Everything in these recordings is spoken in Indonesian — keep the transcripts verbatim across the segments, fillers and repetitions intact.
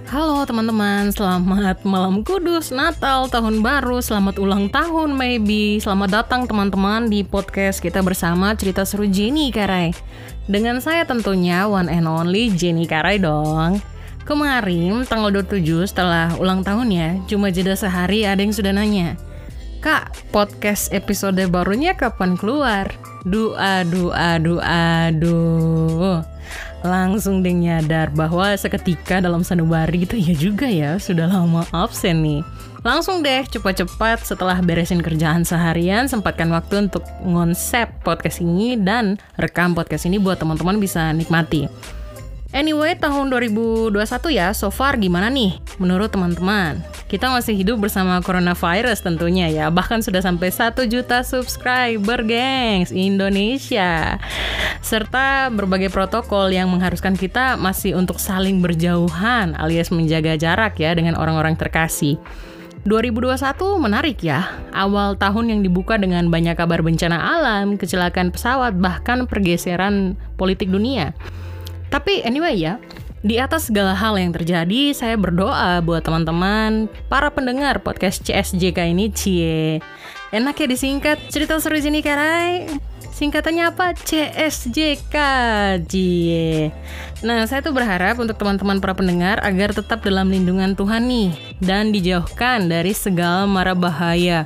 Halo teman-teman, selamat malam kudus, Natal, Tahun Baru, selamat ulang tahun maybe. Selamat datang teman-teman di podcast kita bersama Cerita Seru Jenny Karai. Dengan saya tentunya one and only Jenny Karai dong. Kemarin tanggal dua puluh tujuh setelah ulang tahun ya, cuma jeda sehari ada yang sudah nanya, Kak, podcast episode barunya kapan keluar? Duh, aduh, aduh, aduh. Langsung deh nyadar bahwa seketika dalam sanubari gitu ya juga ya, sudah lama absen nih. Langsung deh cepat-cepat setelah beresin kerjaan seharian, sempatkan waktu untuk ngonsep podcast ini dan rekam podcast ini buat teman-teman bisa nikmati. Anyway, tahun dua ribu dua puluh satu ya, so far gimana nih menurut teman-teman? Kita masih hidup bersama coronavirus tentunya ya, bahkan sudah sampai satu juta subscriber gengs Indonesia. Serta berbagai protokol yang mengharuskan kita masih untuk saling berjauhan alias menjaga jarak ya dengan orang-orang terkasih. dua ribu dua puluh satu menarik ya, awal tahun yang dibuka dengan banyak kabar bencana alam, kecelakaan pesawat, bahkan pergeseran politik dunia. Tapi anyway ya, di atas segala hal yang terjadi, saya berdoa buat teman-teman, para pendengar podcast C S J K ini, cie. Enak ya disingkat, Cerita Seru Jenny Karai. Singkatannya apa? C S J K, cie. Nah, saya tuh berharap untuk teman-teman para pendengar agar tetap dalam lindungan Tuhan nih, dan dijauhkan dari segala mara bahaya.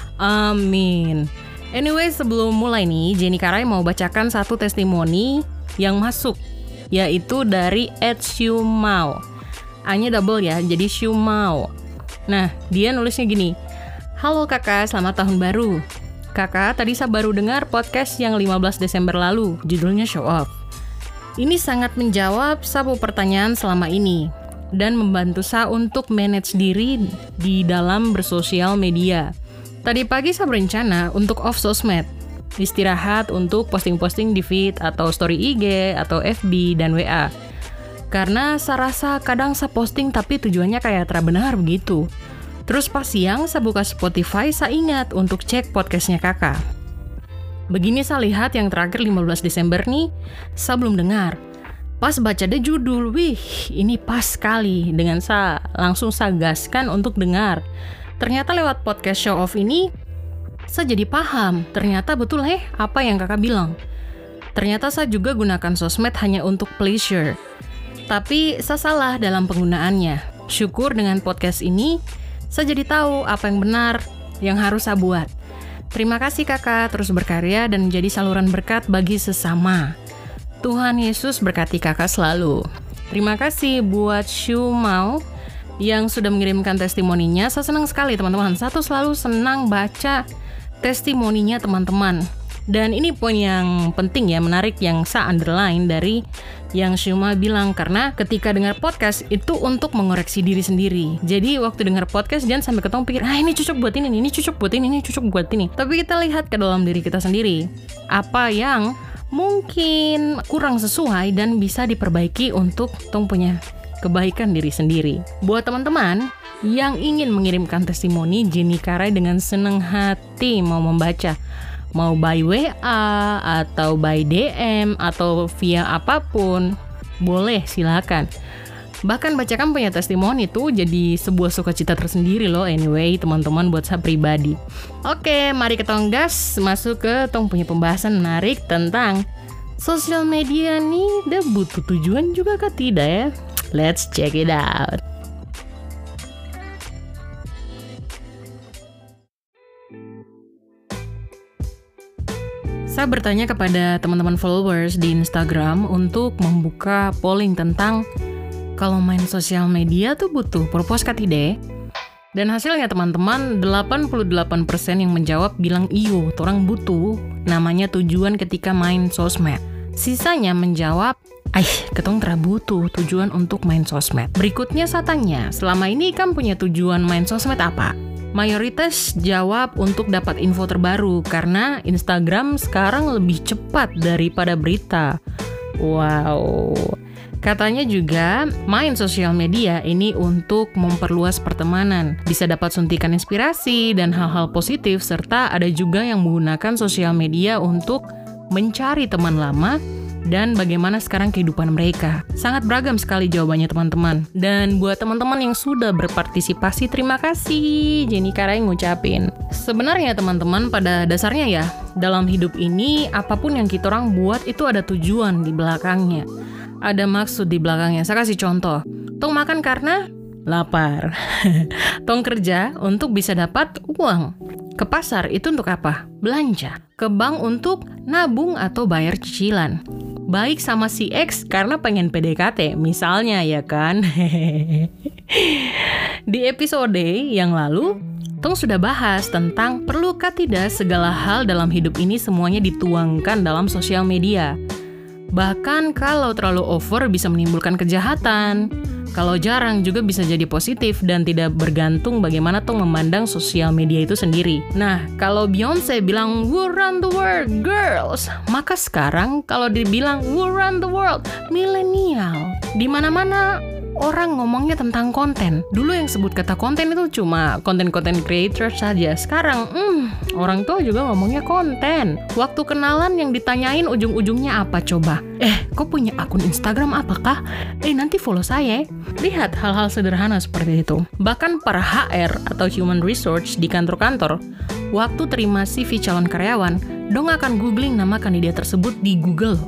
Amin. Anyway, sebelum mulai nih, Jenny Karai mau bacakan satu testimoni yang masuk, yaitu dari Ed Xiumao. A-nya double ya, jadi Xiumao. Nah, dia nulisnya gini, Halo kakak, selamat tahun baru. Kakak, tadi saya baru dengar podcast yang lima belas Desember lalu, judulnya Show Off. Ini sangat menjawab sapu pertanyaan selama ini, dan membantu saya untuk manage diri di dalam bersosial media. Tadi pagi saya berencana untuk off sosmed, istirahat untuk posting-posting di feed atau story I G atau F B dan W A. Karena saya rasa kadang saya posting tapi tujuannya kayak terbenar begitu. Terus pas siang saya buka Spotify, saya ingat untuk cek podcastnya kakak. Begini saya lihat yang terakhir lima belas Desember nih, saya belum dengar. Pas baca deh judul, wih ini pas sekali dengan saya, langsung saya gaskan untuk dengar. Ternyata lewat podcast Show Off ini, saya jadi paham, ternyata betul eh apa yang kakak bilang. Ternyata saya juga gunakan sosmed hanya untuk pleasure. Tapi saya salah dalam penggunaannya. Syukur dengan podcast ini, saya jadi tahu apa yang benar, yang harus saya buat. Terima kasih kakak, terus berkarya dan menjadi saluran berkat bagi sesama. Tuhan Yesus berkati kakak selalu. Terima kasih buat Xiumao yang sudah mengirimkan testimoninya. Saya senang sekali teman-teman, saya tuh selalu senang baca testimoninya teman-teman. Dan ini poin yang penting ya, menarik yang saya underline dari yang Xiumao bilang, karena ketika dengar podcast itu untuk mengoreksi diri sendiri. Jadi waktu dengar podcast jangan sampai ketemu pikir, ah ini cocok buat ini, ini cocok buat ini, ini cocok buat ini. Tapi kita lihat ke dalam diri kita sendiri, apa yang mungkin kurang sesuai dan bisa diperbaiki untuk tong punya kebaikan diri sendiri. Buat teman-teman yang ingin mengirimkan testimoni, Jenny Karai dengan senang hati mau membaca. Mau by W A, atau by D M, atau via apapun, boleh silakan. Bahkan bacakan punya testimoni itu jadi sebuah sukacita tersendiri loh anyway teman-teman buat saya pribadi. Oke, mari kita gas masuk ke tong punya pembahasan menarik tentang sosial media nih, dia butuh tujuan juga kah tidak ya? Let's check it out. Saya bertanya kepada teman-teman followers di Instagram untuk membuka polling tentang kalau main sosial media tuh butuh purpose kah tidak? Dan hasilnya teman-teman delapan puluh delapan persen yang menjawab bilang iyo, orang butuh namanya tujuan ketika main sosmed. Sisanya menjawab, aih, ketong tera butuh tujuan untuk main sosmed. Berikutnya saya tanya, selama ini kan punya tujuan main sosmed apa? Mayoritas jawab untuk dapat info terbaru karena Instagram sekarang lebih cepat daripada berita. Wow. Katanya juga main sosial media ini untuk memperluas pertemanan, bisa dapat suntikan inspirasi dan hal-hal positif, serta ada juga yang menggunakan sosial media untuk mencari teman lama dan bagaimana sekarang kehidupan mereka. Sangat beragam sekali jawabannya teman-teman. Dan buat teman-teman yang sudah berpartisipasi, terima kasih Jenny Karai ngucapin. Sebenarnya teman-teman, pada dasarnya ya, dalam hidup ini apapun yang kita orang buat itu ada tujuan di belakangnya. Ada maksud di belakangnya. Saya kasih contoh. Tong makan karena lapar. Tong kerja untuk bisa dapat uang. Ke pasar itu untuk apa? Belanja. Ke bank untuk nabung atau bayar cicilan. Baik sama si X karena pengen P D K T, misalnya ya kan? Di episode yang lalu, Tong sudah bahas tentang perlukah tidak segala hal dalam hidup ini semuanya dituangkan dalam sosial media. Bahkan kalau terlalu over bisa menimbulkan kejahatan. Kalau jarang juga bisa jadi positif dan tidak bergantung bagaimana Tong memandang sosial media itu sendiri. Nah, kalau Beyonce bilang we run the world, girls, maka sekarang kalau dibilang we run the world, milenial. Di mana-mana orang ngomongnya tentang konten. Dulu yang sebut kata konten itu cuma konten-konten creator saja. Sekarang, hmm, orang tua juga ngomongnya konten. Waktu kenalan yang ditanyain ujung-ujungnya apa coba? Eh, kok punya akun Instagram apakah? Eh, nanti follow saya. Lihat hal-hal sederhana seperti itu. Bahkan para H R atau Human Resource di kantor-kantor, waktu terima C V calon karyawan, dong akan googling nama kandidat tersebut di Google.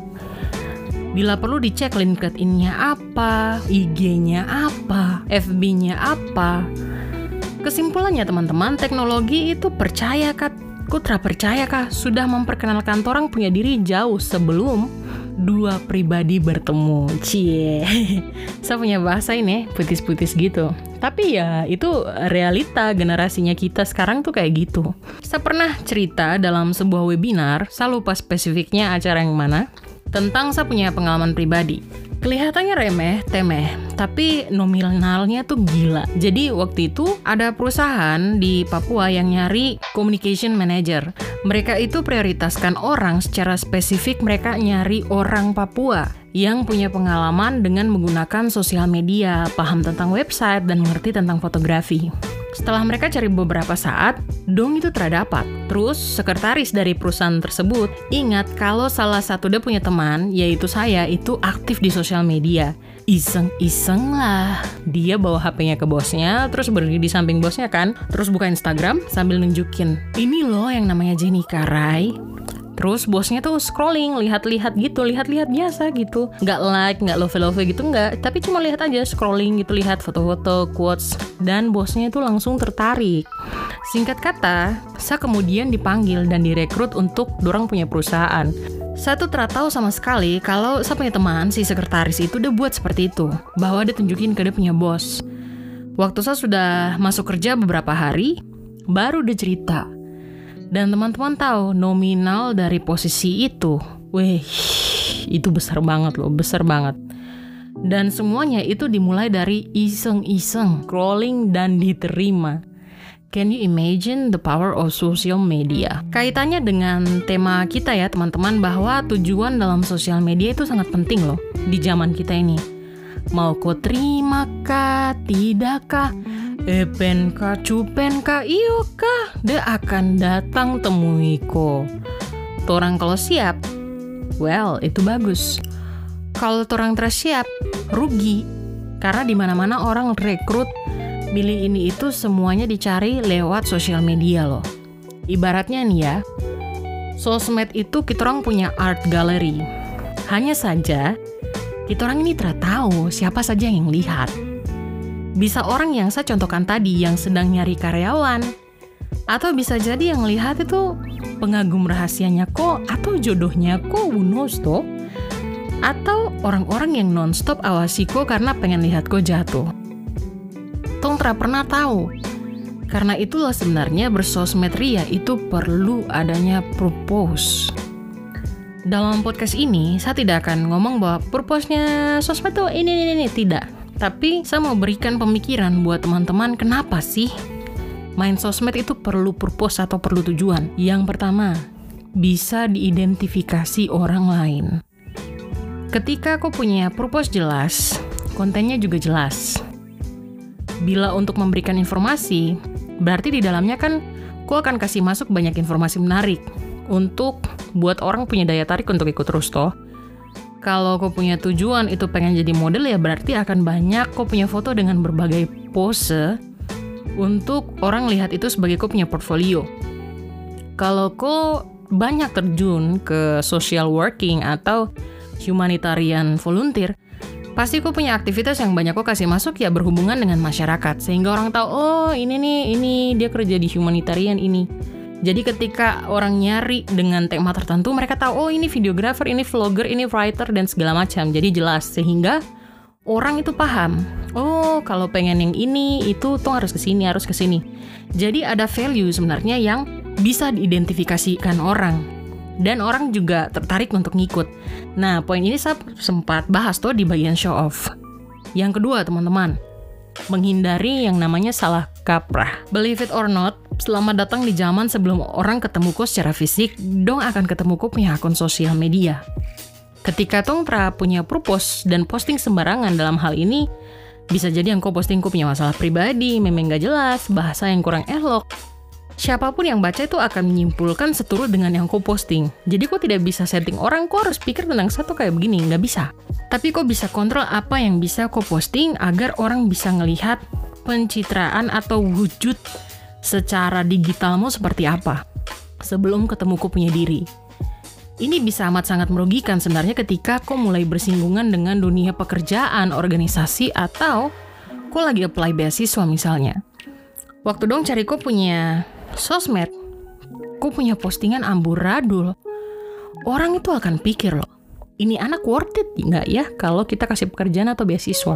Bila perlu dicek LinkedIn-nya apa, I G-nya apa, F B-nya apa. Kesimpulannya teman-teman, teknologi itu percaya kah, kutra percaya kah, sudah memperkenalkan orang punya diri jauh sebelum dua pribadi bertemu. Cie, saya punya bahasa ini putis-putis gitu. Tapi ya itu realita generasinya kita sekarang tuh kayak gitu. Saya pernah cerita dalam sebuah webinar, saya lupa spesifiknya acara yang mana, tentang saya punya pengalaman pribadi. Kelihatannya remeh, temeh, tapi nominalnya tuh gila. Jadi waktu itu ada perusahaan di Papua yang nyari communication manager. Mereka itu prioritaskan orang secara spesifik, mereka nyari orang Papua yang punya pengalaman dengan menggunakan sosial media, paham tentang website, dan mengerti tentang fotografi. Setelah mereka cari beberapa saat, dong itu terdapat. Terus sekretaris dari perusahaan tersebut ingat kalau salah satu dia punya teman, yaitu saya, itu aktif di sosial media. Iseng-iseng lah. Dia bawa H P-nya ke bosnya, terus berdiri di samping bosnya kan, terus buka Instagram sambil nunjukin, ini loh yang namanya Jenny Karai. Terus bosnya tuh scrolling, lihat-lihat gitu, lihat-lihat biasa gitu. Nggak like, nggak love-love gitu, nggak. Tapi cuma lihat aja, scrolling gitu, lihat foto-foto, quotes. Dan bosnya itu langsung tertarik. Singkat kata, saya kemudian dipanggil dan direkrut untuk dorang punya perusahaan. Saya tuh tidak tahu sama sekali kalau saya punya teman, si sekretaris itu udah buat seperti itu. Bahwa dia tunjukin ke dia punya bos. Waktu saya sudah masuk kerja beberapa hari, baru dia cerita. Dan teman-teman tahu nominal dari posisi itu, weh, itu besar banget loh, besar banget. Dan semuanya itu dimulai dari iseng-iseng, scrolling dan diterima. Can you imagine the power of social media? Kaitannya dengan tema kita ya teman-teman, bahwa tujuan dalam sosial media itu sangat penting loh di zaman kita ini. Mau kau terima kah, tidak kah? Epen kah, cupen kah, iyo kah, dia akan datang temui ko. Torang kalau siap, well itu bagus. Kalau torang tersiap, rugi. Karena di mana-mana orang rekrut, milih ini itu semuanya dicari lewat sosial media loh. Ibaratnya nih ya, sosmed itu kita orang punya art gallery. Hanya saja, kita orang ini tidak tahu siapa saja yang lihat. Bisa orang yang saya contohkan tadi yang sedang nyari karyawan, atau bisa jadi yang lihat itu pengagum rahasianya kok, atau jodohnya kok, who knows toh? Atau orang-orang yang nonstop awasi kok karena pengen lihat kok jatuh. Tong tidak pernah tahu. Karena itulah sebenarnya bersosmed ria itu perlu adanya purpose. Dalam podcast ini saya tidak akan ngomong bahwa purpose-nya sosmed tuh ini ini ini tidak. Tapi saya mau berikan pemikiran buat teman-teman, kenapa sih main sosmed itu perlu purpose atau perlu tujuan. Yang pertama, bisa diidentifikasi orang lain. Ketika kau punya purpose jelas, kontennya juga jelas. Bila untuk memberikan informasi, berarti di dalamnya kan kau akan kasih masuk banyak informasi menarik untuk buat orang punya daya tarik untuk ikut terus toh. Kalau kau punya tujuan itu pengen jadi model, ya berarti akan banyak kau punya foto dengan berbagai pose untuk orang lihat itu sebagai kau punya portfolio. Kalau kau banyak terjun ke social working atau humanitarian volunteer, pasti kau punya aktivitas yang banyak kau kasih masuk ya berhubungan dengan masyarakat. Sehingga orang tahu, oh ini nih, ini dia kerja di humanitarian ini. Jadi ketika orang nyari dengan tema tertentu, mereka tahu, oh ini videographer, ini vlogger, ini writer, dan segala macam. Jadi jelas, sehingga orang itu paham. Oh, kalau pengen yang ini, itu tuh harus kesini, harus kesini. Jadi ada value sebenarnya yang bisa diidentifikasikan orang. Dan orang juga tertarik untuk ngikut. Nah, poin ini saya sempat bahas tuh di bagian show off. Yang kedua, teman-teman, menghindari yang namanya salah kaprah. Believe it or not, selamat datang di zaman sebelum orang ketemu kau secara fisik, dong akan ketemu kau punya akun sosial media. Ketika tong pra punya purpose dan posting sembarangan dalam hal ini, bisa jadi yang kau posting kau punya masalah pribadi, memang gak jelas, bahasa yang kurang elok. Siapapun yang baca itu akan menyimpulkan seturut dengan yang kau posting. Jadi kau tidak bisa setting orang, kau harus pikir tentang satu kayak begini, nggak bisa. Tapi kau bisa kontrol apa yang bisa kau posting agar orang bisa ngelihat pencitraan atau wujud secara digitalmu seperti apa sebelum ketemu kau punya diri. Ini bisa amat sangat merugikan sebenarnya ketika kau mulai bersinggungan dengan dunia pekerjaan, organisasi, atau kau lagi apply beasiswa misalnya. Waktu dong cari kau punya sosmed, kau punya postingan amburadul, orang itu akan pikir loh, ini anak worth it nggak ya kalau kita kasih pekerjaan atau beasiswa?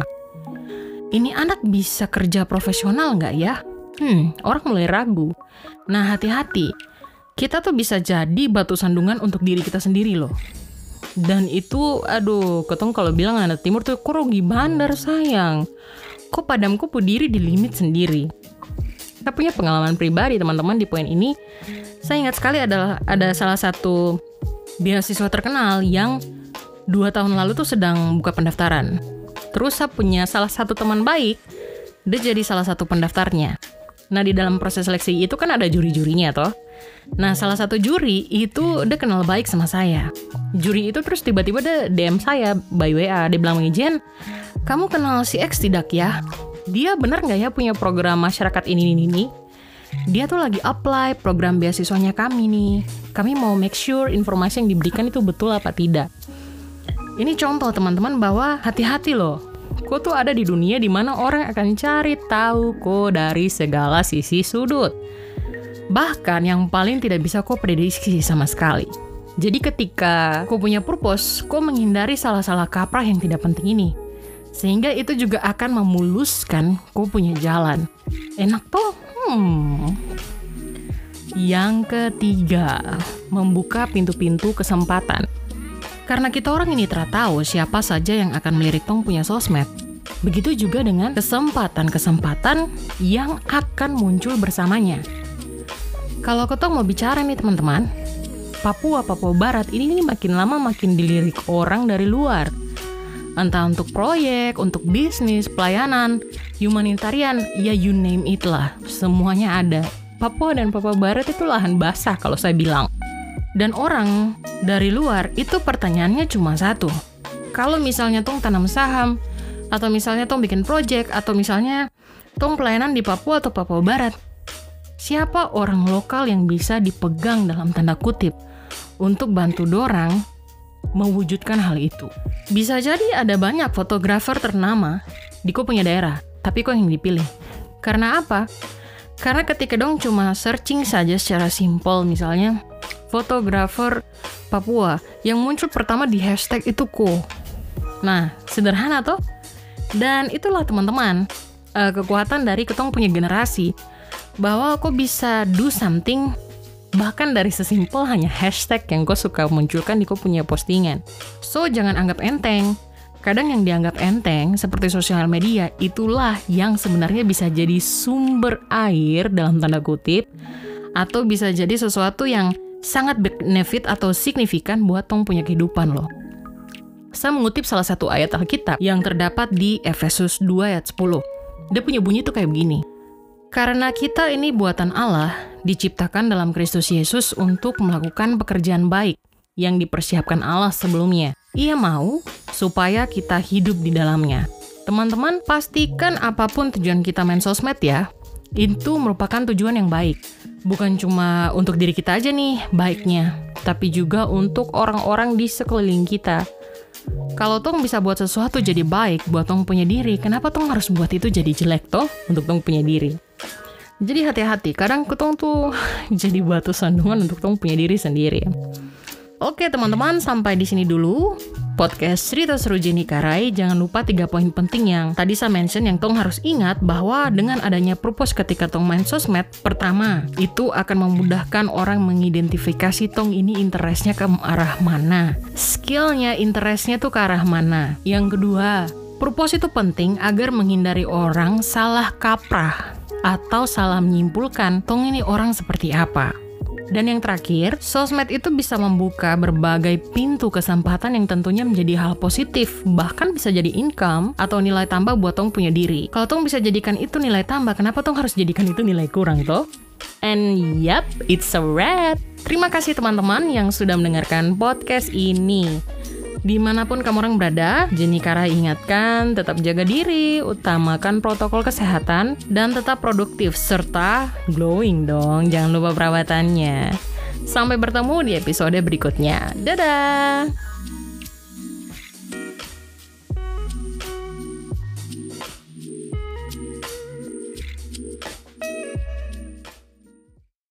Ini anak bisa kerja profesional nggak ya? Hmm, orang mulai ragu. Nah, hati-hati. Kita tuh bisa jadi batu sandungan untuk diri kita sendiri loh. Dan itu, aduh, ketong kalau bilang anak timur tuh, kok rugi bandar sayang. Kok padamku pu diri di limit sendiri. Saya punya pengalaman pribadi teman-teman di poin ini. Saya ingat sekali adalah ada salah satu beasiswa terkenal yang dua tahun lalu tuh sedang buka pendaftaran. Terus saya punya salah satu teman baik, dia jadi salah satu pendaftarnya. Nah, di dalam proses seleksi itu kan ada juri-jurinya toh. Nah, salah satu juri itu dia kenal baik sama saya. Juri itu terus tiba-tiba dia D M saya by W A. Dia bilang, Jen, kamu kenal si X tidak ya? Dia bener nggak ya punya program masyarakat ini, ini, ini? Dia tuh lagi apply program beasiswanya kami nih. Kami mau make sure informasi yang diberikan itu betul apa tidak. Ini contoh teman-teman bahwa hati-hati loh. Kau tuh ada di dunia di mana orang akan cari tahu kau dari segala sisi sudut. Bahkan yang paling tidak bisa kau prediksi sama sekali. Jadi ketika kau punya purpose, kau menghindari salah-salah kaprah yang tidak penting ini. Sehingga itu juga akan memuluskan kau punya jalan. Enak toh? Hmm. Yang ketiga, membuka pintu-pintu kesempatan. Karena kita orang ini tidak tahu siapa saja yang akan melirik tong punya sosmed. Begitu juga dengan kesempatan-kesempatan yang akan muncul bersamanya. Kalau ketong mau bicara nih teman-teman, Papua, Papua Barat ini makin lama makin dilirik orang dari luar. Entah untuk proyek, untuk bisnis, pelayanan, humanitarian, ya you name it lah. Semuanya ada. Papua dan Papua Barat itu lahan basah kalau saya bilang. Dan orang dari luar itu pertanyaannya cuma satu. Kalau misalnya tong tanam saham, atau misalnya tong bikin proyek, atau misalnya tong pelayanan di Papua atau Papua Barat, siapa orang lokal yang bisa dipegang dalam tanda kutip untuk bantu dorang mewujudkan hal itu? Bisa jadi ada banyak fotografer ternama di kau punya daerah, tapi kau yang dipilih. Karena apa? Karena ketika dong cuma searching saja secara simpel, misalnya fotografer Papua, yang muncul pertama di hashtag itu ko. Nah, sederhana toh? Dan itulah teman-teman, uh, kekuatan dari ketong punya generasi, bahwa kau bisa do something bahkan dari sesimpel hanya hashtag yang kau suka munculkan di kau punya postingan. So, jangan anggap enteng. Kadang yang dianggap enteng, seperti sosial media, itulah yang sebenarnya bisa jadi sumber air dalam tanda kutip, atau bisa jadi sesuatu yang sangat benefit atau signifikan buat tong punya kehidupan loh. Saya mengutip salah satu ayat Alkitab yang terdapat di Efesus dua ayat sepuluh. Dia punya bunyi tuh kayak begini. Karena kita ini buatan Allah, diciptakan dalam Kristus Yesus untuk melakukan pekerjaan baik yang dipersiapkan Allah sebelumnya. Ia mau supaya kita hidup di dalamnya. Teman-teman, pastikan apapun tujuan kita main sosmed ya, itu merupakan tujuan yang baik. Bukan cuma untuk diri kita aja nih baiknya, tapi juga untuk orang-orang di sekeliling kita. Kalau tong bisa buat sesuatu jadi baik buat tong punya diri, kenapa tong harus buat itu jadi jelek toh untuk tong punya diri? Jadi hati-hati, kadang tong tuh jadi batu sandungan untuk tong punya diri sendiri. Oke teman-teman, sampai di sini dulu podcast Cerita Seru Jenny Karai. Jangan lupa tiga poin penting yang tadi saya mention yang tong harus ingat, bahwa dengan adanya purpose ketika tong main sosmed, pertama, itu akan memudahkan orang mengidentifikasi tong ini interestnya ke arah mana, skillnya, interestnya tuh ke arah mana. Yang kedua, purpose itu penting agar menghindari orang salah kaprah atau salah menyimpulkan tong ini orang seperti apa. Dan yang terakhir, sosmed itu bisa membuka berbagai pintu kesempatan yang tentunya menjadi hal positif, bahkan bisa jadi income atau nilai tambah buat tong punya diri. Kalau tong bisa jadikan itu nilai tambah, kenapa tong harus jadikan itu nilai kurang toh? And yep, it's a wrap. Terima kasih teman-teman yang sudah mendengarkan podcast ini. Dimanapun kamu orang berada, Jenny Karai ingatkan, tetap jaga diri, utamakan protokol kesehatan, dan tetap produktif, serta glowing dong, jangan lupa perawatannya. Sampai bertemu di episode berikutnya. Dadah!